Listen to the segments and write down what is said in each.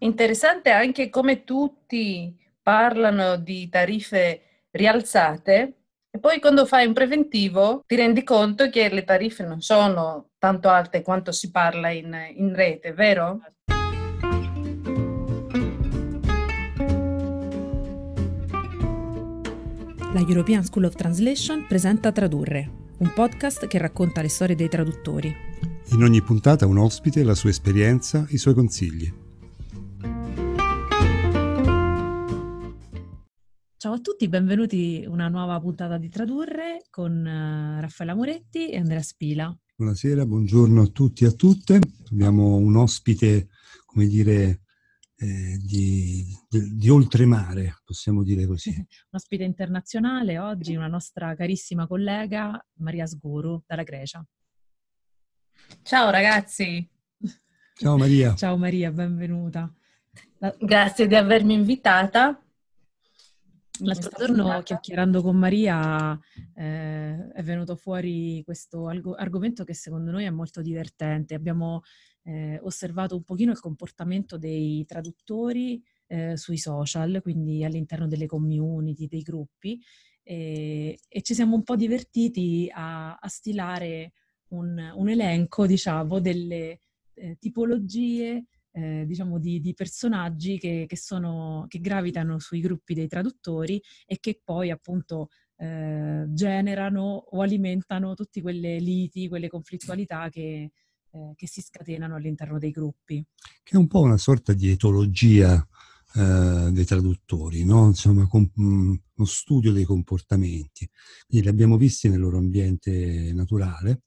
Interessante anche come tutti parlano di tariffe rialzate e poi quando fai un preventivo ti rendi conto che le tariffe non sono tanto alte quanto si parla in rete, vero? La European School of Translation presenta Tradurre, un podcast che racconta le storie dei traduttori. In ogni puntata un ospite, la sua esperienza, i suoi consigli. Ciao a tutti, benvenuti a una nuova puntata di Tradurre con Raffaella Moretti e Andrea Spila. Buonasera, buongiorno a tutti e a tutte. Abbiamo un ospite, come dire, di oltremare, possiamo dire così. Un ospite internazionale oggi, una nostra carissima collega Maria Sgoru dalla Grecia. Ciao ragazzi! Ciao Maria! Ciao Maria, benvenuta. Grazie di avermi invitata. L'altro giorno, chiacchierando con Maria, è venuto fuori questo argomento che secondo noi è molto divertente. Abbiamo osservato un pochino il comportamento dei traduttori sui social, quindi all'interno delle community, dei gruppi, e ci siamo un po' divertiti a stilare un elenco, diciamo, delle tipologie diciamo di personaggi che gravitano sui gruppi dei traduttori e che poi appunto generano o alimentano tutte quelle liti, quelle conflittualità che si scatenano all'interno dei gruppi. Che è un po' una sorta di etologia dei traduttori, no? Insomma, uno studio dei comportamenti. Quindi li abbiamo visti nel loro ambiente naturale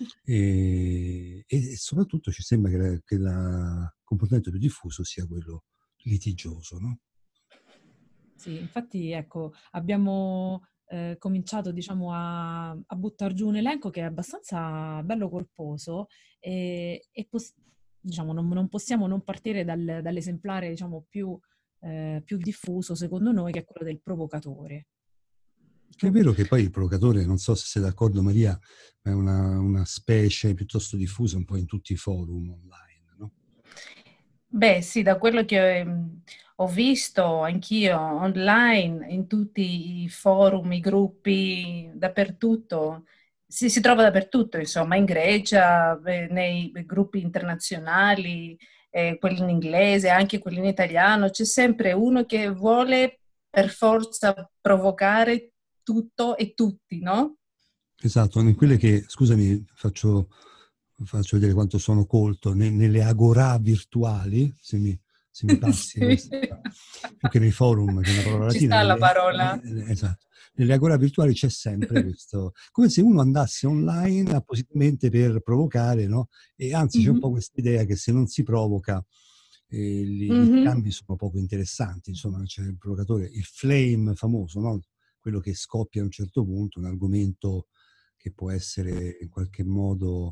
e soprattutto ci sembra che il comportamento più diffuso sia quello litigioso, no? Sì, infatti ecco, abbiamo cominciato diciamo a buttare giù un elenco che è abbastanza bello corposo e diciamo, non possiamo non partire dall'esemplare diciamo, più diffuso secondo noi, che è quello del provocatore. È vero che poi il provocatore, non so se sei d'accordo Maria, è una specie piuttosto diffusa un po' in tutti i forum online, no? Beh, sì, da quello che ho visto anch'io online, in tutti i forum, i gruppi, dappertutto, si trova dappertutto, insomma, in Grecia, nei gruppi internazionali, quelli in inglese, anche quelli in italiano, c'è sempre uno che vuole per forza provocare tutto e tutti, no? Esatto, in quelle che, scusami, faccio vedere quanto sono colto, nelle agorà virtuali, se mi passi, Sì. più che nei forum, che è una parola Ci latina, sta la parola. esatto, nelle agorà virtuali c'è sempre questo, come se uno andasse online appositamente per provocare, no? E anzi c'è un po' questa idea che se non si provoca gli scambi sono poco interessanti, insomma c'è il provocatore, il flame famoso, no? Quello che scoppia a un certo punto, un argomento che può essere in qualche modo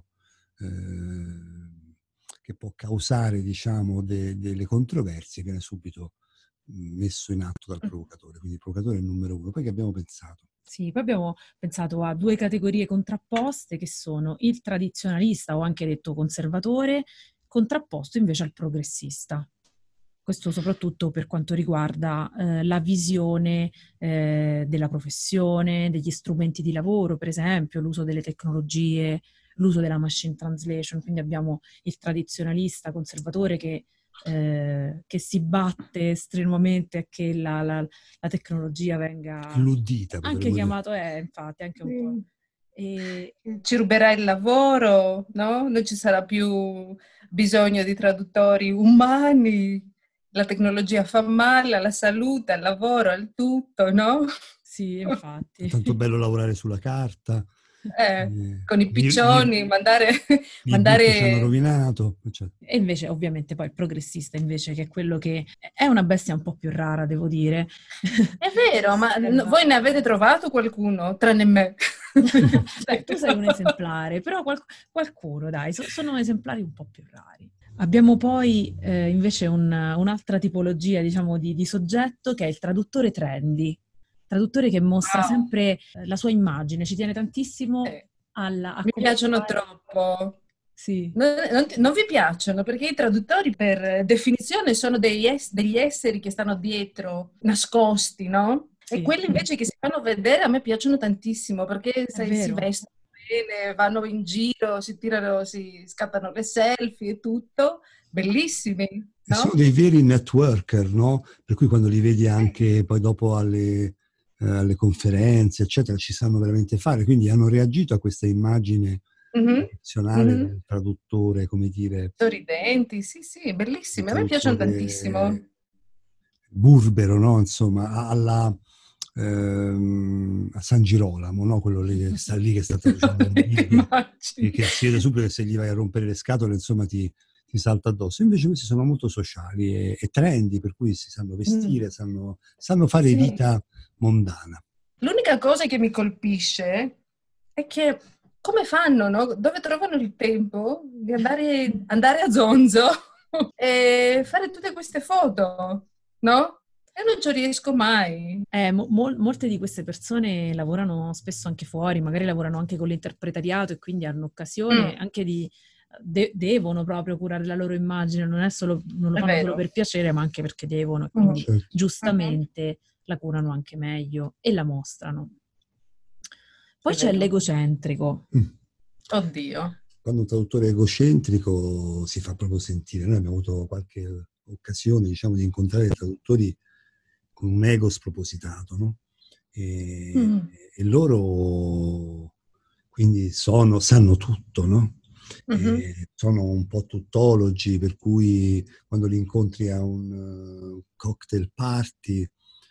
che può causare, diciamo, delle controversie, viene subito messo in atto dal provocatore. Quindi il provocatore è il numero uno. Poi che abbiamo pensato? Sì, poi abbiamo pensato a due categorie contrapposte che sono il tradizionalista o anche detto conservatore, contrapposto invece al progressista. Questo soprattutto per quanto riguarda la visione della professione, degli strumenti di lavoro, per esempio, l'uso delle tecnologie, l'uso della machine translation. Quindi abbiamo il tradizionalista conservatore che si batte strenuamente a che la tecnologia venga L'uddita, anche potremmo dire. chiamato, infatti, anche un po'. Ci ruberà il lavoro, no? Non ci sarà più bisogno di traduttori umani, la tecnologia fa male alla salute, al lavoro, al tutto, no? Sì, infatti. È tanto bello lavorare sulla carta. Con i Gli piccioni, mandare... ebook ci hanno rovinato. Cioè. E invece, ovviamente, poi il progressista, invece, che è quello che è una bestia un po' più rara, devo dire. È vero, ma voi ne avete trovato qualcuno, tranne me? Beh, tu sei un esemplare, però qualcuno, dai, sono esemplari un po' più rari. Abbiamo poi invece un'altra tipologia, diciamo, di soggetto che è il traduttore trendy. Traduttore che mostra sempre la sua immagine, ci tiene tantissimo a Mi piacciono comunicare. troppo. Sì. Non vi piacciono perché i traduttori per definizione sono degli esseri che stanno dietro, nascosti, no? E Sì, quelli invece che si fanno vedere a me piacciono tantissimo perché è si vero. vestono bene, vanno in giro, si tirano, si scattano le selfie e tutto, bellissimi, E sono no? dei veri networker, no? Per cui quando li vedi anche poi dopo alle conferenze, eccetera, ci sanno veramente fare. Quindi hanno reagito a questa immagine Mhm, tradizionale mhm. del traduttore, come dire, Sorridenti, sì, sì, del bellissimi, a me piacciono tantissimo. traduttore burbero, no? Insomma, a San Girolamo, no? Quello lì che sta traducendo una Bibbia, Immagino. che si vede subito che se gli vai a rompere le scatole, insomma, ti salta addosso. Invece questi sono molto sociali e trendy, per cui si sanno Mm, vestire, sanno fare sì. vita mondana. L'unica cosa che mi colpisce è che come fanno, no? Dove trovano il tempo di andare a Zonzo e fare tutte queste foto, no? E non ci riesco mai. Molte di queste persone lavorano spesso anche fuori, magari lavorano anche con l'interpretariato e quindi hanno occasione Mm, anche devono proprio curare la loro immagine, non lo è fanno solo vero. per piacere, ma anche perché devono e Mm, quindi Certo. mhm, giustamente la curano anche meglio e la mostrano. Poi è c'è vero. l'egocentrico. Mm. Oddio. Quando un traduttore egocentrico si fa proprio sentire. Noi abbiamo avuto qualche occasione, diciamo, di incontrare traduttori con un ego spropositato, no? E, Mm, e loro quindi sanno tutto, no? mhm. E sono un po' tuttologi, per cui quando li incontri a un cocktail party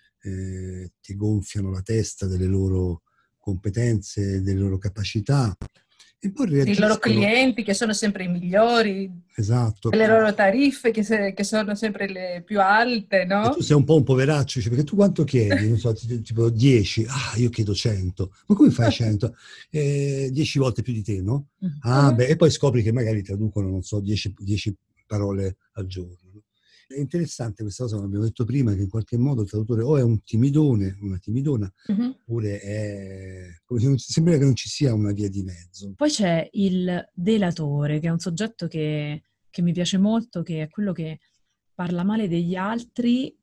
ti gonfiano la testa delle loro competenze, delle loro capacità e poi I loro reagiscono. clienti che sono sempre i migliori, Esatto. le loro tariffe che sono sempre le più alte, E tu no? sei un po' un poveraccio, dice, perché tu quanto chiedi? Non so, tipo 10. Ah, io chiedo 100. Ma come fai 100? 10 volte più di te, no? Mm. Ah, beh, e poi scopri che magari traducono, non so, 10 parole al giorno. No? È interessante questa cosa, come abbiamo detto prima, che in qualche modo il traduttore o è un timidone, una timidona, Mhm. oppure è come se sembra che non ci sia una via di mezzo. Poi c'è il delatore, che è un soggetto che mi piace molto, che è quello che parla male degli altri,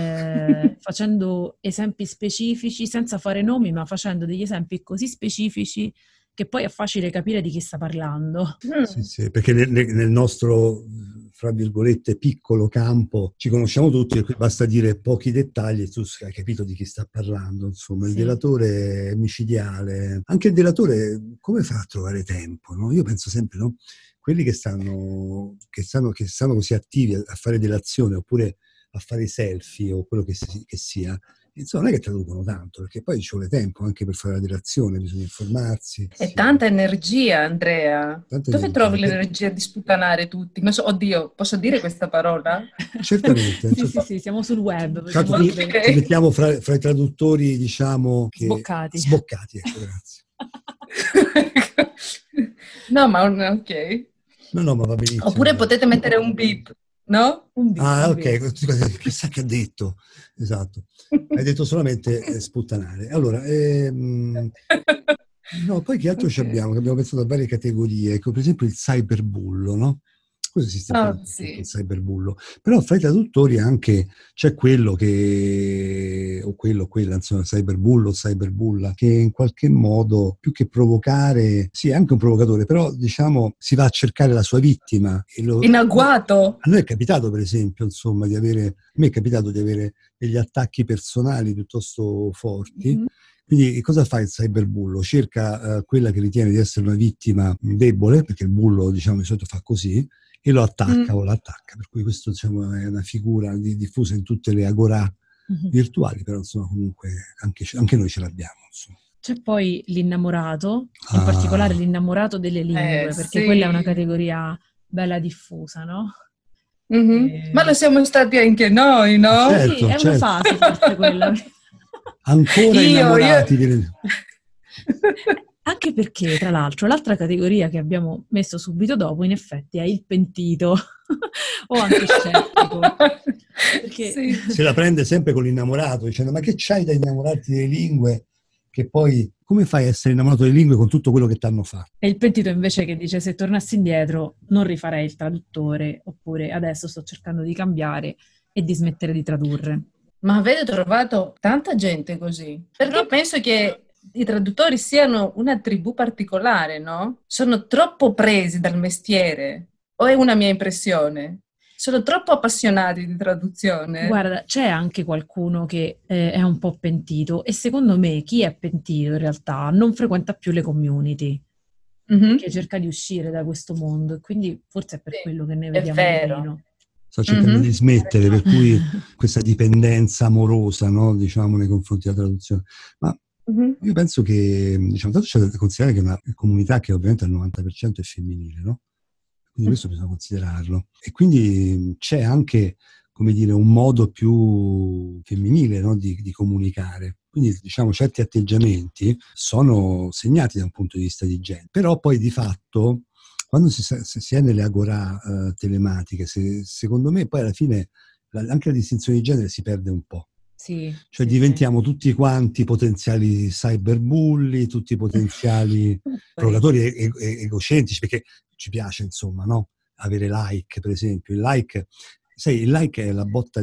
facendo esempi specifici, senza fare nomi, ma facendo degli esempi così specifici che poi è facile capire di chi sta parlando. Sì, Mm. sì, perché nel nostro, fra virgolette, piccolo campo ci conosciamo tutti e qui basta dire pochi dettagli e tu hai capito di chi sta parlando. Insomma, il Sì. delatore è micidiale. Anche il delatore come fa a trovare tempo? No? Io penso sempre, no? Quelli che stanno così attivi a fare delazione oppure a fare i selfie o quello che sia, insomma, non è che traducono tanto, perché poi ci vuole tempo anche per fare la delazione, bisogna informarsi. E Sì, tanta energia, Andrea. tanta Dove energia. trovi l'energia di sputanare tutti? Non so, oddio, posso dire questa parola? Certamente, Sì, sì, sì, siamo sul web, tanto possiamo dirlo. ti Ok. mettiamo fra i traduttori, diciamo, che Sboccati. sboccati, ecco, grazie. No, ma ok. No, no, ma va benissimo. Oppure potete mettere un beep, no? Un bip, Ah, un bip. ok, chissà che ha detto. Esatto. Hai detto solamente sputtanare. Allora, no, poi che altro ci Ok. abbiamo? Che abbiamo pensato a varie categorie, ecco, per esempio il cyberbullo, no? Questo esiste pure Oh, un po' tutto il sì. cyberbullo, però fra i traduttori anche c'è quello che, o quello, quella, insomma, cyberbullo, cyberbulla, che in qualche modo, più che provocare, sì, è anche un provocatore, però diciamo si va a cercare la sua vittima. In agguato. A noi è capitato, per esempio, insomma, a me è capitato di avere degli attacchi personali piuttosto forti. Mhm. Quindi cosa fa il cyberbullo? Cerca quella che ritiene di essere una vittima debole, perché il bullo, diciamo, di solito fa così, e lo attacca Mm. o l'attacca. Per cui questo, diciamo, è una figura diffusa in tutte le agorà Mhm. virtuali, però insomma comunque anche noi ce l'abbiamo. Insomma. C'è poi l'innamorato, in particolare Ah, l'innamorato delle lingue, perché quella è una Sì. categoria bella diffusa, no? Mhm. Ma lo Eh, siamo stati anche noi, no? sì, certo, è una certo. fase forse quella. Ancora Io. innamorati. Anche perché, tra l'altro, l'altra categoria che abbiamo messo subito dopo, in effetti, è il pentito o anche scettico. Perché Sì. Se la prende sempre con l'innamorato, dicendo ma che c'hai da innamorarti delle lingue? che poi come fai a essere innamorato delle lingue con tutto quello che ti hanno fatto? E il pentito invece che dice se tornassi indietro non rifarei il traduttore, oppure adesso sto cercando di cambiare e di smettere di tradurre. Ma avete trovato tanta gente così? Perché penso che i traduttori siano una tribù particolare, no? Sono troppo presi dal mestiere, o è una mia impressione? Sono troppo appassionati di traduzione. Guarda, c'è anche qualcuno che è un po' pentito e secondo me chi è pentito in realtà non frequenta più le community, che cerca di uscire da questo mondo e quindi forse è per quello che ne vediamo meno. Sto cercando di smettere, per cui questa dipendenza amorosa, no, diciamo, nei confronti della traduzione. Ma io penso che, diciamo, tanto c'è da considerare che è una comunità che ovviamente al 90% è femminile, no? Quindi questo bisogna considerarlo. E quindi c'è anche, come dire, un modo più femminile, no, di comunicare. Quindi, diciamo, certi atteggiamenti sono segnati da un punto di vista di genere. Però poi di fatto, quando si è nelle agorà telematiche, secondo me poi alla fine anche la distinzione di genere si perde un po'. Sì, cioè diventiamo tutti quanti potenziali cyberbulli, tutti potenziali provocatori egocentrici, perché ci piace, insomma, no? Avere like, per esempio. Il like, sai, il like è la botta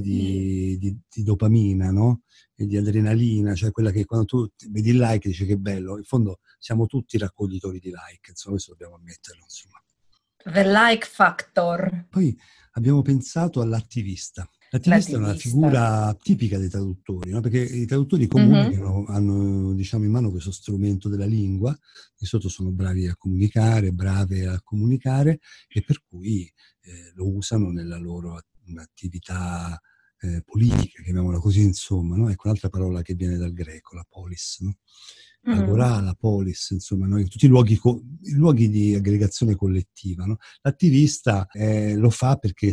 di dopamina, no? E di adrenalina, cioè quella che quando tu vedi il like dici che bello. In fondo siamo tutti raccoglitori di like, insomma, questo dobbiamo ammetterlo, insomma. The like factor. Poi abbiamo pensato all'attivista. L'attivista è una figura tipica dei traduttori, no? Perché i traduttori comunicano, hanno, diciamo, in mano questo strumento della lingua, di solito sono bravi a comunicare, brave a comunicare, e per cui lo usano nella loro attività politica, chiamiamola così, insomma, no? Ecco un'altra parola che viene dal greco, la polis, no? Agorà, la polis, insomma, no? Tutti i luoghi di aggregazione collettiva, no? L'attivista lo fa perché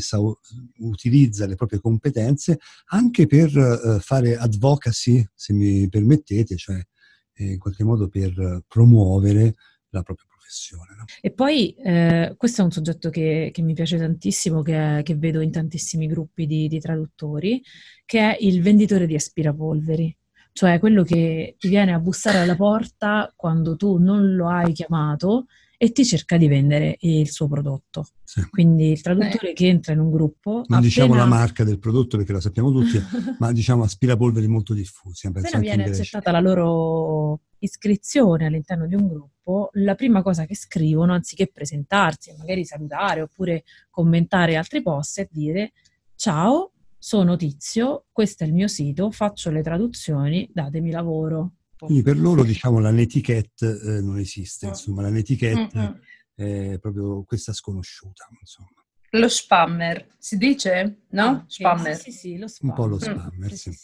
utilizza le proprie competenze anche per fare advocacy, se mi permettete, cioè in qualche modo per promuovere la propria professione. No? E poi questo è un soggetto che mi piace tantissimo, che vedo in tantissimi gruppi di traduttori, che è il venditore di aspirapolveri. Cioè quello che ti viene a bussare alla porta quando tu non lo hai chiamato e ti cerca di vendere il suo prodotto. Sì. Quindi il traduttore che entra in un gruppo... Non diciamo la marca del prodotto perché la sappiamo tutti, ma diciamo aspirapolveri molto diffusi. Appena viene accettata la loro iscrizione all'interno di un gruppo, la prima cosa che scrivono, anziché presentarsi e magari salutare oppure commentare altri post, è dire ciao, sono Tizio, questo è il mio sito, faccio le traduzioni, datemi lavoro. Quindi per loro, diciamo, la netiquette non esiste, insomma, la netiquette è proprio questa sconosciuta, insomma. Lo spammer, si dice? No? Spammer. Sì, lo spammer. Un po' lo spammer, sì.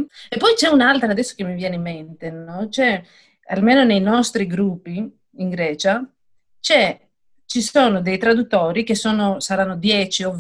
E poi c'è un'altra adesso che mi viene in mente, no? C'è, almeno nei nostri gruppi in Grecia, ci sono dei traduttori che saranno 10 o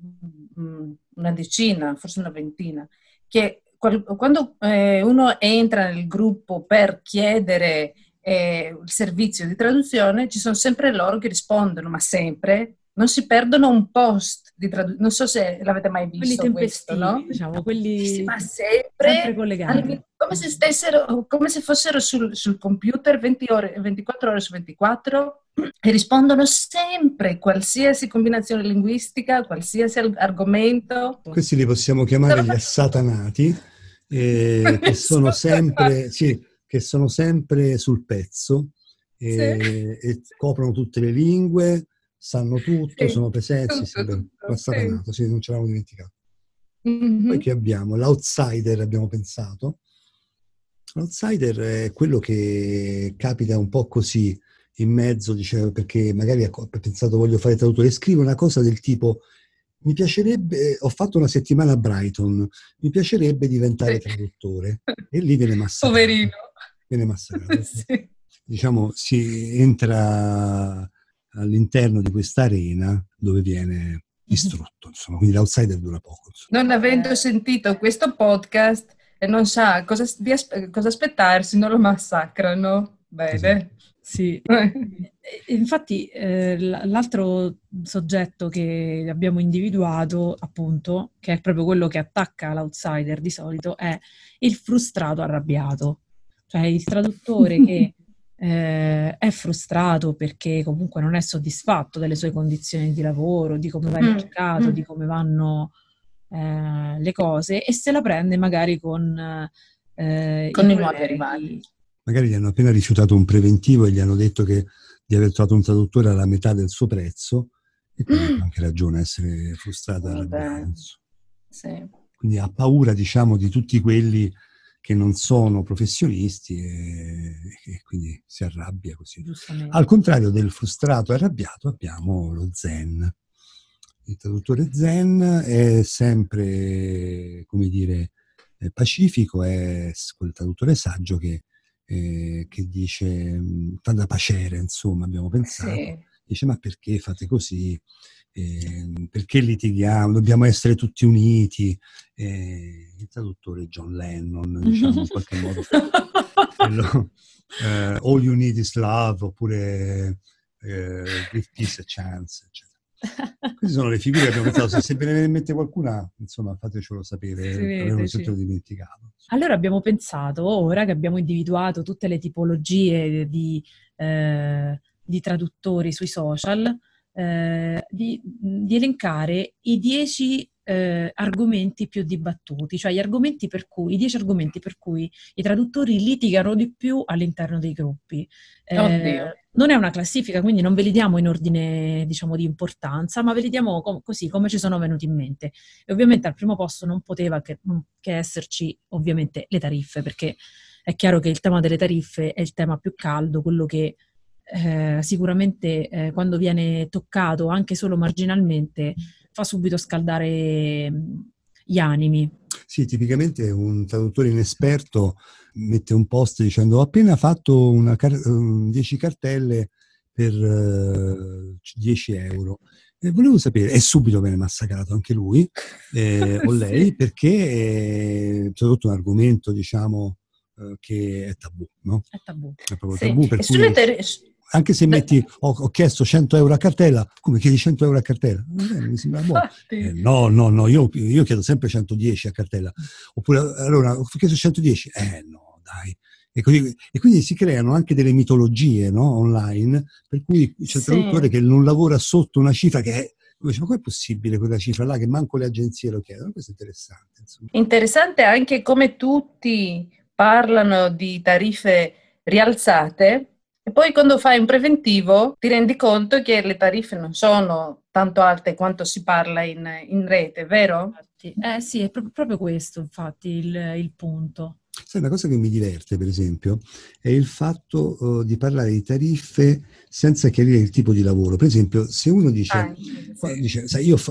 una decina, forse una ventina, che quando uno entra nel gruppo per chiedere il servizio di traduzione, ci sono sempre loro che rispondono, ma sempre, non si perdono un post di traduzione. Non so se l'avete mai visto quelli questo, no? Diciamo, quelli ma sempre collegati. Come se fossero sul computer 24 ore su 24 e rispondono sempre, qualsiasi combinazione linguistica, qualsiasi argomento. Questi li possiamo chiamare gli assatanati, che sono sempre, che sono sempre sul pezzo e coprono tutte le lingue, sanno tutto, sono presenti, l'assatanato, non ce l'avevamo dimenticato. Poi che abbiamo? L'outsider, abbiamo pensato. L'outsider è quello che capita un po' così in mezzo, diceva, perché magari ha pensato voglio fare traduttore, scrive una cosa del tipo mi piacerebbe, ho fatto una settimana a Brighton, mi piacerebbe diventare traduttore, e lì viene massacrato. Poverino. Viene massacrato. Sì. Diciamo, si entra all'interno di questa arena dove viene distrutto, insomma, quindi l'outsider dura poco. Insomma. Non avendo sentito questo podcast e non sa cosa aspettarsi, non lo massacrano. Bene. Esatto. Sì, infatti l'altro soggetto che abbiamo individuato, appunto, che è proprio quello che attacca l'outsider di solito, è il frustrato arrabbiato. Cioè il traduttore che è frustrato perché comunque non è soddisfatto delle sue condizioni di lavoro, di come va il mercato, di come vanno le cose, e se la prende magari con i nuovi arrivati. Magari gli hanno appena rifiutato un preventivo e gli hanno detto di aver trovato un traduttore alla metà del suo prezzo, e quindi ha anche ragione a essere frustrato e arrabbiato. Sì. Quindi ha paura, diciamo, di tutti quelli che non sono professionisti e quindi si arrabbia così. Al contrario del frustrato e arrabbiato abbiamo lo zen. Il traduttore zen è sempre, come dire, pacifico, è quel traduttore saggio che dice, fa da pacere, insomma, abbiamo pensato. Sì. Dice, ma perché fate così? Perché litighiamo? Dobbiamo essere tutti uniti. Il traduttore John Lennon, diciamo, in qualche modo, all you need is love, oppure give peace a chance, eccetera. Queste sono le figure che abbiamo pensato. Se ve ne mette qualcuna, insomma, fatecelo sapere, avevo sempre dimenticato. Allora abbiamo pensato, ora che abbiamo individuato tutte le tipologie di traduttori sui social, di elencare i 10 argomenti più dibattuti, cioè i 10 argomenti per cui i traduttori litigano di più all'interno dei gruppi. Non è una classifica, quindi non ve li diamo in ordine, diciamo, di importanza, ma ve li diamo così, come ci sono venuti in mente. E ovviamente al primo posto non poteva che esserci, ovviamente, le tariffe, perché è chiaro che il tema delle tariffe è il tema più caldo, quello che sicuramente quando viene toccato anche solo marginalmente fa subito scaldare gli animi. Sì, tipicamente un traduttore inesperto mette un post dicendo: ho appena fatto 10 cartelle per 10 euro. Volevo sapere, e subito viene massacrato anche lui o lei, sì, perché è tradotto un argomento, diciamo, che è tabù, no? È tabù. È proprio tabù, per cui anche se metti, ho chiesto 100 euro a cartella, come chiedi 100 euro a cartella? Mi sembra buono. No, io chiedo sempre 110 a cartella. Oppure, allora, ho chiesto 110? No, dai. E quindi si creano anche delle mitologie, no, online, per cui c'è il traduttore che non lavora sotto una cifra che è... Ma com'è possibile quella cifra là che manco le agenzie lo chiedono? Questo è interessante. Insomma. Interessante anche come tutti parlano di tariffe rialzate e poi quando fai un preventivo ti rendi conto che le tariffe non sono tanto alte quanto si parla in rete, vero? Sì, è proprio questo, infatti, il punto. Sai, una cosa che mi diverte, per esempio, è il fatto di parlare di tariffe senza chiarire il tipo di lavoro. Per esempio, se uno dice, sai, io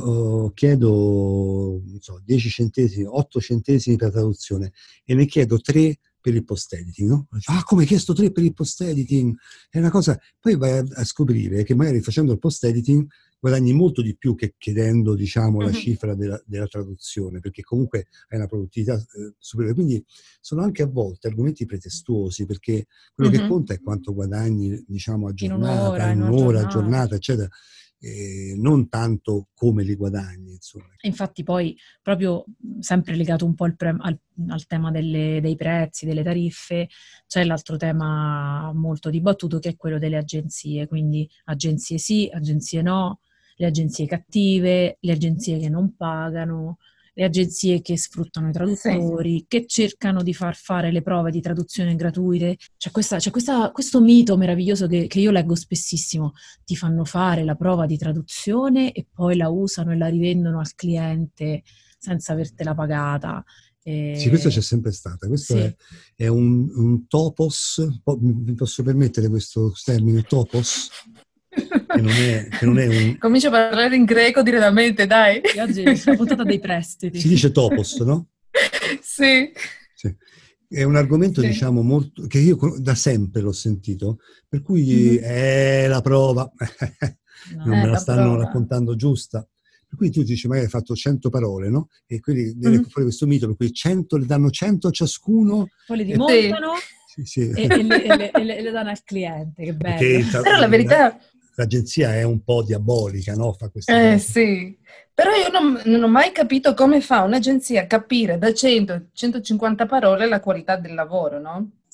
chiedo, non so, 10 centesimi, 8 centesimi per traduzione e ne chiedo 3 per il post-editing, no? Come hai chiesto 3 per il post-editing? È una cosa... Poi vai a scoprire che magari facendo il post-editing guadagni molto di più che chiedendo, diciamo, la cifra della traduzione, perché comunque hai una produttività superiore. Quindi sono anche a volte argomenti pretestuosi, perché quello che conta è quanto guadagni, diciamo, a giornata, in un'ora, a giornata, eccetera. Non tanto come li guadagni, insomma. Infatti poi, proprio sempre legato un po' al tema dei prezzi, delle tariffe, c'è l'altro tema molto dibattuto che è quello delle agenzie, quindi agenzie sì, agenzie no, le agenzie cattive, le agenzie che non pagano, le agenzie che sfruttano i traduttori, che cercano di far fare le prove di traduzione gratuite. C'è questo mito meraviglioso che io leggo spessissimo. Ti fanno fare la prova di traduzione e poi la usano e la rivendono al cliente senza avertela pagata. Sì, questo c'è sempre stata. Questo è un topos. Mi posso permettere questo termine, topos? Che non è un... Comincio a parlare in greco direttamente, dai. E oggi è la puntata dei prestiti. Si dice topos, no? Sì. È un argomento, diciamo, molto che io da sempre l'ho sentito, per cui è la prova, non me la stanno raccontando giusta. Per cui tu dici, magari hai fatto 100 parole, no? E quindi viene fuori questo mito, per cui 100 le danno 100 a ciascuno. Poi le dimontano e le danno al cliente, che bello. Però la verità... L'agenzia è un po' diabolica, no? Fa queste cose. Sì, però io non ho mai capito come fa un'agenzia a capire da 100-150 parole la qualità del lavoro, no?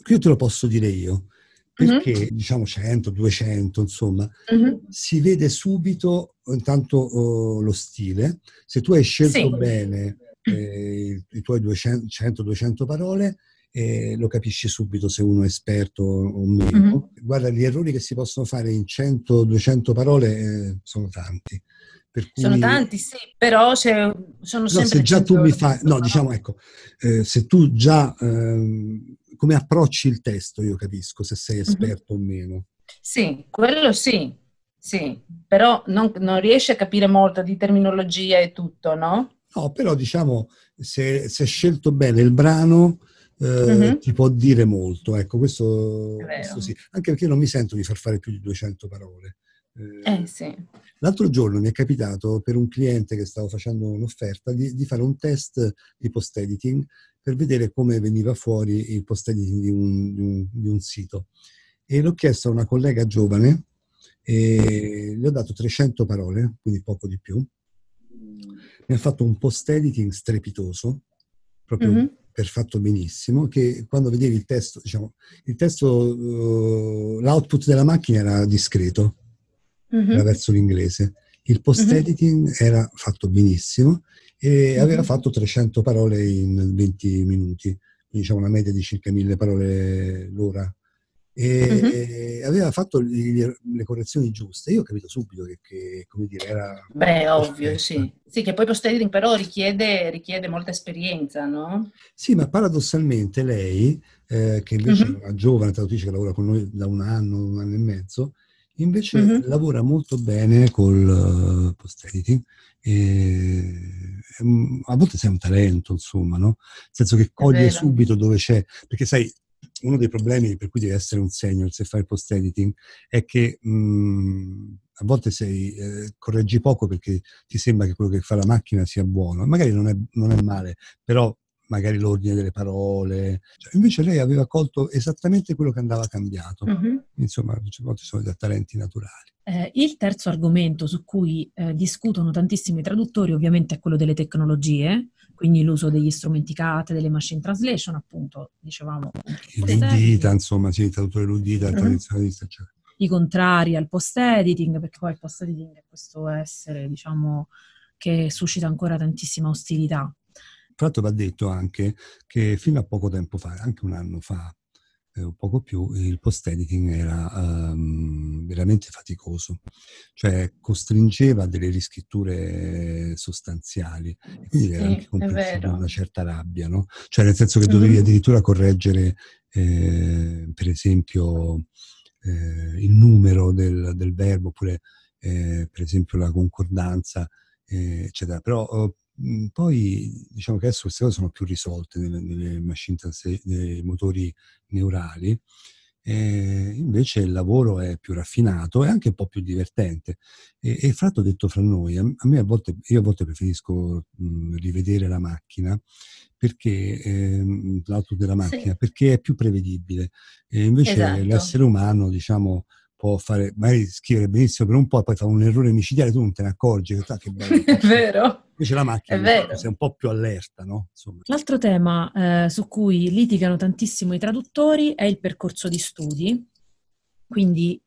io te lo posso dire io, perché diciamo 100, 200, insomma, si vede subito intanto lo stile. Se tu hai scelto bene i tuoi 100-200 parole, lo capisci subito se uno è esperto o meno. Guarda, gli errori che si possono fare in 100-200 parole sono tanti. Per cui, sono tanti, sì, però sono sempre se già 100 tu mi fai, no, diciamo, ecco, se tu già come approcci il testo, io capisco se sei esperto o meno. Sì, quello sì, però non riesci a capire molto di terminologia e tutto, no? No, però diciamo, se hai scelto bene il brano, ti può dire molto, ecco, questo sì, anche perché non mi sento di far fare più di 200 parole. Sì. L'altro giorno mi è capitato per un cliente che stavo facendo un'offerta di fare un test di post-editing per vedere come veniva fuori il post-editing di un sito. E l'ho chiesto a una collega giovane e le ho dato 300 parole, quindi poco di più. Mi ha fatto un post-editing strepitoso, proprio fatto benissimo, che quando vedevi il testo, diciamo, l'output della macchina era discreto, era verso l'inglese. Il post-editing era fatto benissimo e aveva fatto 300 parole in 20 minuti, quindi diciamo una media di circa 1000 parole l'ora. E aveva fatto le correzioni giuste. Io ho capito subito che come dire, era... Beh, ovvio, sì. Sì, che poi post-editing però richiede molta esperienza, no? Sì, ma paradossalmente lei, che invece è una giovane traduttrice che lavora con noi da un anno e mezzo, invece lavora molto bene col post-editing e a volte sei un talento, insomma, no? Nel senso che coglie subito dove c'è, perché sai, uno dei problemi per cui devi essere un senior se fai il post-editing è che a volte correggi poco perché ti sembra che quello che fa la macchina sia buono, magari non è male, però magari l'ordine delle parole, invece lei aveva colto esattamente quello che andava cambiato. Insomma, a volte sono da talenti naturali. Il terzo argomento su cui discutono tantissimi traduttori ovviamente è quello delle tecnologie, quindi l'uso degli strumenti CAT, delle machine translation, appunto, dicevamo. L'udita, insomma, sì, il traduttore l'udita, il tradizionalista, eccetera. I contrari al post-editing, perché poi il post-editing è questo essere, diciamo, che suscita ancora tantissima ostilità. Tra l'altro va detto anche che fino a poco tempo fa, anche un anno fa, un poco più, il post-editing era veramente faticoso, cioè costringeva a delle riscritture sostanziali, e quindi era anche comprensibile una certa rabbia, no? Cioè nel senso che dovevi addirittura correggere, per esempio, il numero del verbo, oppure per esempio la concordanza, eccetera. Però poi diciamo che adesso queste cose sono più risolte nelle machine nei motori neurali, invece il lavoro è più raffinato e anche un po' più divertente. E fra l'altro, detto fra noi, io a volte preferisco rivedere la macchina, perché l'output della macchina, perché è più prevedibile. E invece l'essere umano, diciamo, può fare, magari scrivere benissimo per un po' e poi fa un errore micidiale, tu non te ne accorgi, che bello. È vero. Invece la macchina sei un po' più allerta, no? Insomma. L'altro tema su cui litigano tantissimo i traduttori è il percorso di studi. Quindi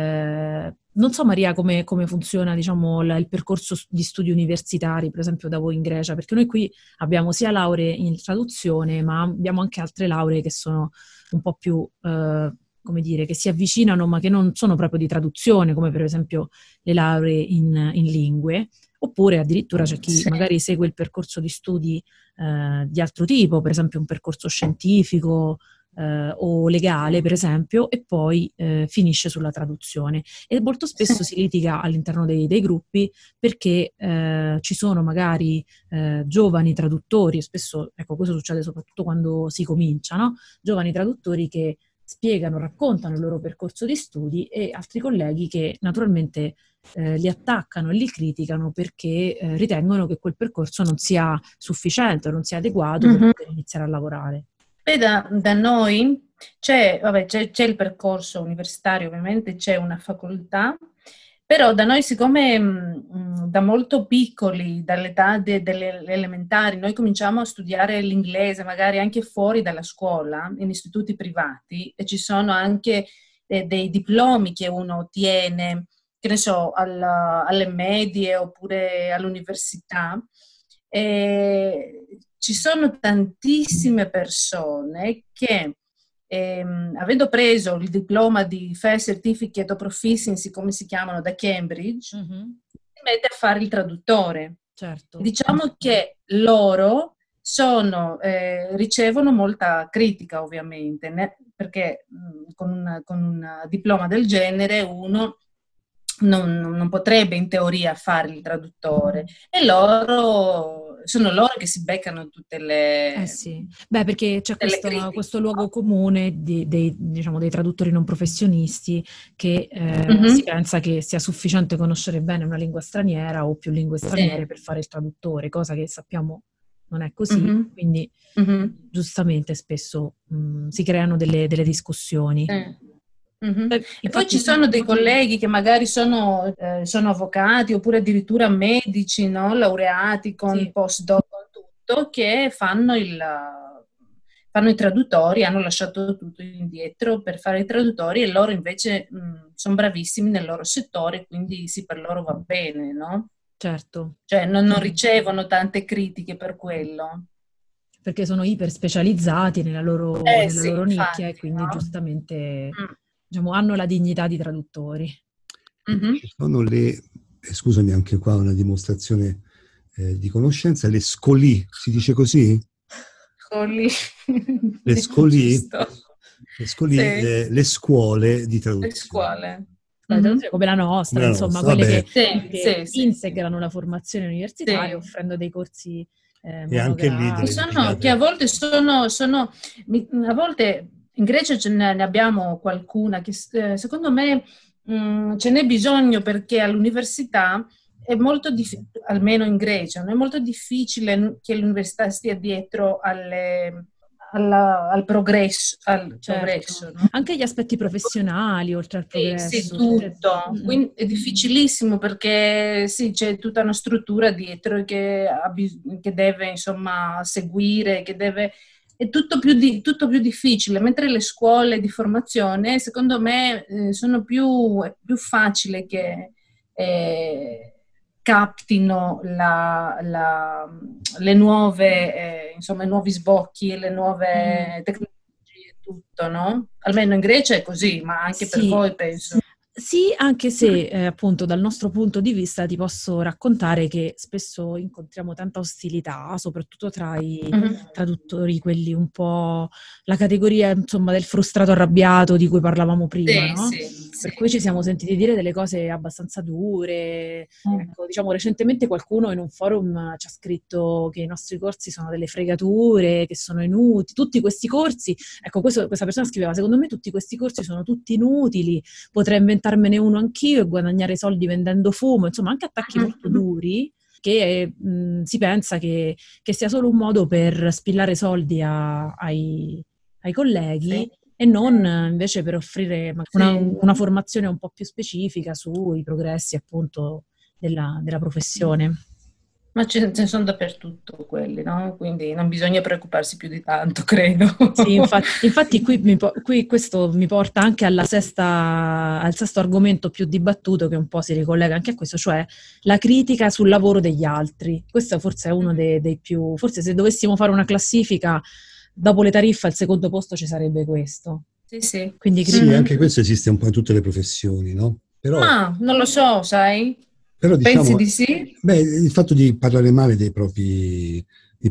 non so, Maria, come funziona, diciamo, il percorso di studi universitari, per esempio da voi in Grecia, perché noi qui abbiamo sia lauree in traduzione, ma abbiamo anche altre lauree che sono un po' più, come dire, che si avvicinano, ma che non sono proprio di traduzione, come per esempio le lauree in lingue. Oppure addirittura c'è chi magari segue il percorso di studi di altro tipo, per esempio un percorso scientifico o legale, per esempio, e poi finisce sulla traduzione. E molto spesso si litiga all'interno dei gruppi perché ci sono magari giovani traduttori, e spesso, ecco, questo succede soprattutto quando si comincia, no? Giovani traduttori che spiegano, raccontano il loro percorso di studi, e altri colleghi che naturalmente li attaccano e li criticano perché ritengono che quel percorso non sia sufficiente, non sia adeguato per poter iniziare a lavorare. Da noi c'è il percorso universitario, ovviamente c'è una facoltà, Però da noi, siccome da molto piccoli, dall'età delle elementari, noi cominciamo a studiare l'inglese, magari anche fuori dalla scuola, in istituti privati, e ci sono anche dei diplomi che uno ottiene, che ne so, alle medie oppure all'università. Ci sono tantissime persone che, avendo preso il diploma di Fair Certificate of Proficiency, come si chiamano, da Cambridge, si mette a fare il traduttore. Certo. Diciamo che loro ricevono molta critica, ovviamente, perché con un diploma del genere uno non potrebbe in teoria fare il traduttore, e sono loro che si beccano tutte le... sì. Beh, perché c'è critiche, questo luogo comune diciamo, dei traduttori non professionisti che si pensa che sia sufficiente conoscere bene una lingua straniera o più lingue straniere per fare il traduttore, cosa che sappiamo non è così, quindi giustamente spesso si creano delle discussioni. E poi ci sono dei colleghi che magari sono avvocati oppure addirittura medici, no? Laureati con postdoc, con tutto, che fanno i traduttori, hanno lasciato tutto indietro per fare i traduttori, e loro invece sono bravissimi nel loro settore, quindi sì, per loro va bene, no? Certo. Cioè non ricevono tante critiche per quello. Perché sono iper specializzati nella loro nicchia, e quindi giustamente diciamo, hanno la dignità di traduttori. Ci sono scusami, anche qua una dimostrazione di conoscenza, le SCOLI, si dice così? Le SCOLI? Le scuole di traduzione. Le scuole. Come la nostra, insomma, quelle che integrano la formazione universitaria offrendo dei corsi e anche lì che a volte a volte in Grecia ne abbiamo qualcuna che secondo me ce n'è bisogno, perché all'università è molto almeno in Grecia, è molto difficile che l'università stia dietro al progresso, no? Anche gli aspetti professionali, oltre al progresso. Sì, tutto. Quindi è difficilissimo, perché sì, c'è tutta una struttura dietro che deve, insomma, seguire, è tutto più difficile, mentre le scuole di formazione, secondo me, è più facile che captino le nuove, insomma, i nuovi sbocchi e le nuove tecnologie, tutto, no? Almeno in Grecia è così, ma anche per voi, penso. Sì, anche se appunto dal nostro punto di vista ti posso raccontare che spesso incontriamo tanta ostilità, soprattutto tra i traduttori, quelli un po' la categoria, insomma, del frustrato arrabbiato di cui parlavamo prima, no? Per cui ci siamo sentiti dire delle cose abbastanza dure. Ecco, diciamo, recentemente qualcuno in un forum ci ha scritto che i nostri corsi sono delle fregature, che sono inutili, tutti questi corsi, ecco, questa persona scriveva: secondo me tutti questi corsi sono tutti inutili, potrei inventarmene uno anch'io e guadagnare soldi vendendo fumo, insomma anche attacchi molto duri, che si pensa che sia solo un modo per spillare soldi ai colleghi e non invece per offrire una formazione un po' più specifica sui progressi appunto della professione. Ma ce ne sono dappertutto quelli, no? Quindi non bisogna preoccuparsi più di tanto, credo. Sì, infatti qui questo mi porta anche al sesto argomento più dibattuto, che un po' si ricollega anche a questo, cioè la critica sul lavoro degli altri. Questo forse è uno dei più... Forse se dovessimo fare una classifica, dopo le tariffe al secondo posto ci sarebbe questo. Sì. Quindi, sì, anche questo esiste un po' in tutte le professioni, no? Però... Ma non lo so, sai? Però, diciamo, pensi di sì? Beh, il fatto di parlare male dei propri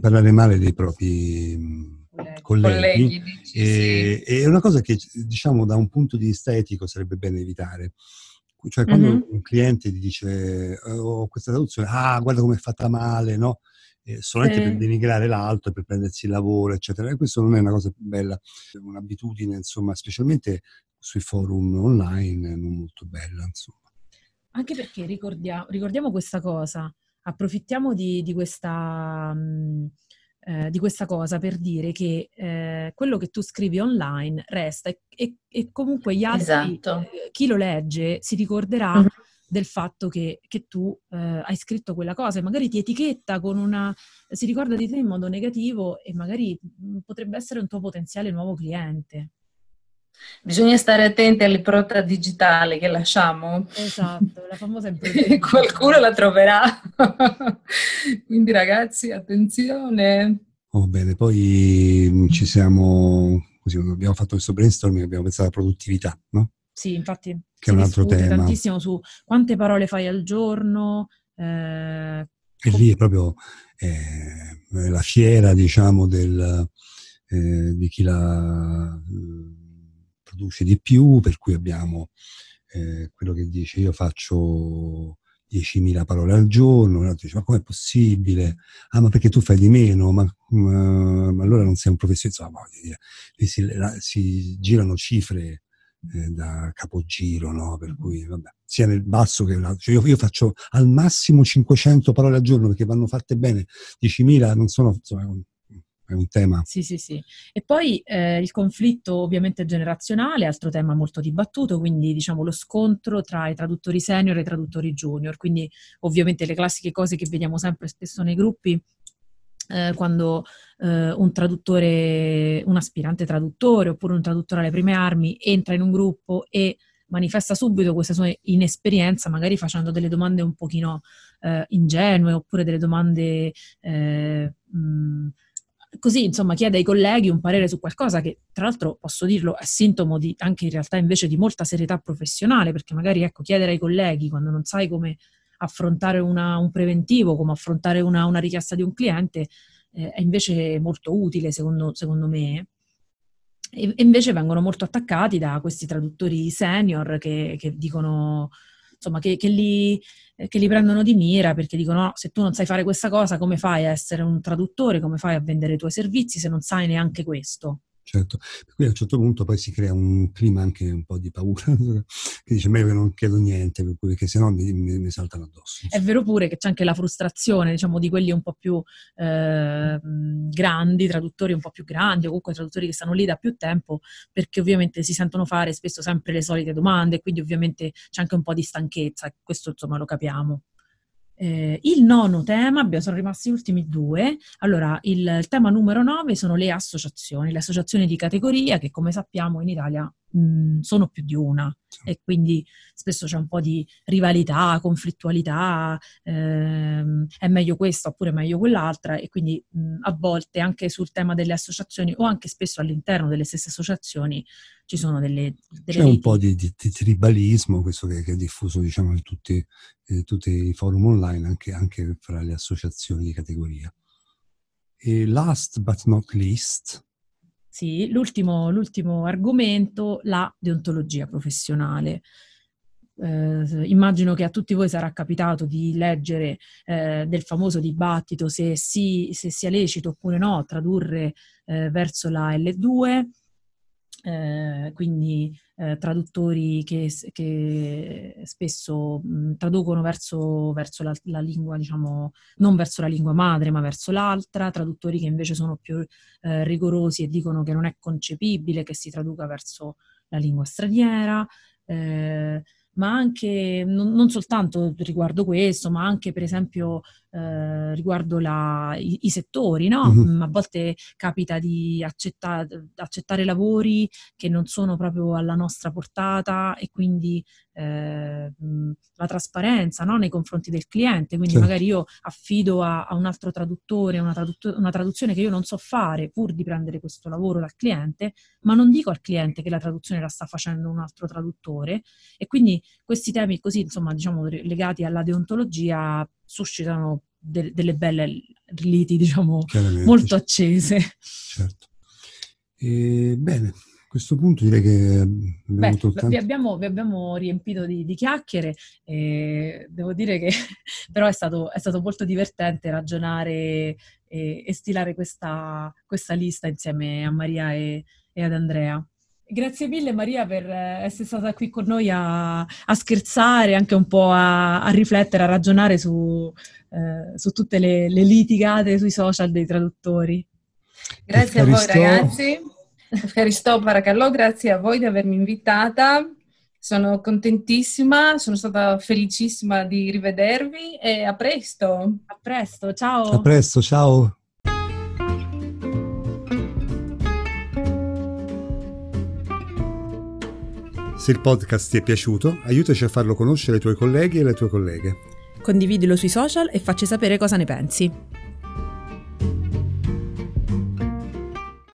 colleghi è una cosa che, diciamo, da un punto di vista etico sarebbe bene evitare. Cioè, quando un cliente ti dice questa traduzione, guarda come è fatta male, no? Solamente per denigrare l'altro, per prendersi il lavoro, eccetera. E questo non è una cosa bella, è un'abitudine, insomma, specialmente sui forum online, non molto bella, insomma. Anche perché ricordiamo questa cosa, approfittiamo di questa cosa per dire che quello che tu scrivi online resta e comunque gli altri, chi lo legge, si ricorderà del fatto che tu hai scritto quella cosa e magari ti etichetta si ricorda di te in modo negativo e magari potrebbe essere un tuo potenziale nuovo cliente. Bisogna stare attenti all'impronta digitale che lasciamo. Esatto, la famosa impronta digitale. Qualcuno la troverà. Quindi ragazzi, attenzione. Oh, bene, poi ci siamo, così, abbiamo fatto questo brainstorming, abbiamo pensato alla produttività, no? Sì, infatti Che è un altro discute tema. tantissimo su quante parole fai al giorno. E lì è proprio la fiera, diciamo, di chi la produce di più, per cui abbiamo quello che dice io faccio 10.000 parole al giorno, l'altro dice ma com'è possibile? Ah, ma perché tu fai di meno? Ma allora non sei un professionista? Insomma, voglio dire, si girano cifre da capogiro, no? Per cui, vabbè, sia nel basso che nell'alto. Cioè io faccio al massimo 500 parole al giorno perché vanno fatte bene, 10.000 non sono, insomma, è un tema. Sì. E poi il conflitto ovviamente generazionale, altro tema molto dibattuto, quindi diciamo lo scontro tra i traduttori senior e i traduttori junior, quindi ovviamente le classiche cose che vediamo sempre spesso nei gruppi, quando un aspirante traduttore oppure un traduttore alle prime armi entra in un gruppo e manifesta subito questa sua inesperienza, magari facendo delle domande un pochino ingenue oppure delle domande così, insomma, chiede ai colleghi un parere su qualcosa che, tra l'altro, posso dirlo, è sintomo di, anche in realtà invece di molta serietà professionale, perché magari, ecco, chiedere ai colleghi quando non sai come affrontare un preventivo, come affrontare una richiesta di un cliente, è invece molto utile, secondo me. E invece vengono molto attaccati da questi traduttori senior che dicono, insomma, che li prendono di mira perché dicono no, se tu non sai fare questa cosa, come fai a essere un traduttore, come fai a vendere i tuoi servizi se non sai neanche questo? Certo, per cui a un certo punto poi si crea un clima anche un po' di paura, che dice meglio che non chiedo niente, perché sennò mi saltano addosso. È vero pure che c'è anche la frustrazione, diciamo, di quelli un po' più grandi, traduttori un po' più grandi, o comunque traduttori che stanno lì da più tempo, perché ovviamente si sentono fare spesso sempre le solite domande, quindi ovviamente c'è anche un po' di stanchezza, questo insomma lo capiamo. Il nono tema, sono rimasti gli ultimi due. Allora, il tema numero 9 sono le associazioni di categoria che, come sappiamo, in Italia sono più di una e quindi spesso c'è un po' di rivalità, conflittualità, è meglio questa oppure meglio quell'altra e quindi a volte anche sul tema delle associazioni o anche spesso all'interno delle stesse associazioni ci sono delle c'è un po' di tribalismo, questo che è diffuso, diciamo, in tutti i forum online, anche fra le associazioni di categoria. E last but not least, sì, l'ultimo argomento, la deontologia professionale. Immagino che a tutti voi sarà capitato di leggere del famoso dibattito se sia lecito oppure no tradurre verso la L2, quindi traduttori che spesso traducono verso la lingua, diciamo, non verso la lingua madre ma verso l'altra, traduttori che invece sono più rigorosi e dicono che non è concepibile che si traduca verso la lingua straniera, ma anche non soltanto riguardo questo, ma anche per esempio riguardo i settori, no? Mm-hmm. A volte capita di accettare lavori che non sono proprio alla nostra portata e quindi la trasparenza, no? Nei confronti del cliente, quindi certo. Magari io affido a un altro traduttore una traduzione che io non so fare pur di prendere questo lavoro dal cliente, ma non dico al cliente che la traduzione la sta facendo un altro traduttore e quindi questi temi così, insomma, diciamo legati alla deontologia suscitano delle belle liti, diciamo, molto accese. Certo. Bene, a questo punto direi che vi abbiamo riempito di chiacchiere e devo dire che però è stato molto divertente ragionare e stilare questa lista insieme a Maria e ad Andrea. Grazie mille Maria per essere stata qui con noi a scherzare, anche un po' a riflettere, a ragionare su tutte le litigate sui social dei traduttori. Grazie a voi ragazzi, Efkaristo Parakallò, grazie a voi di avermi invitata Sono contentissima, sono stata felicissima di rivedervi e a presto. A presto, ciao. A presto, ciao. Se il podcast ti è piaciuto, aiutaci a farlo conoscere ai tuoi colleghi e alle tue colleghe. Condividilo sui social e facci sapere cosa ne pensi.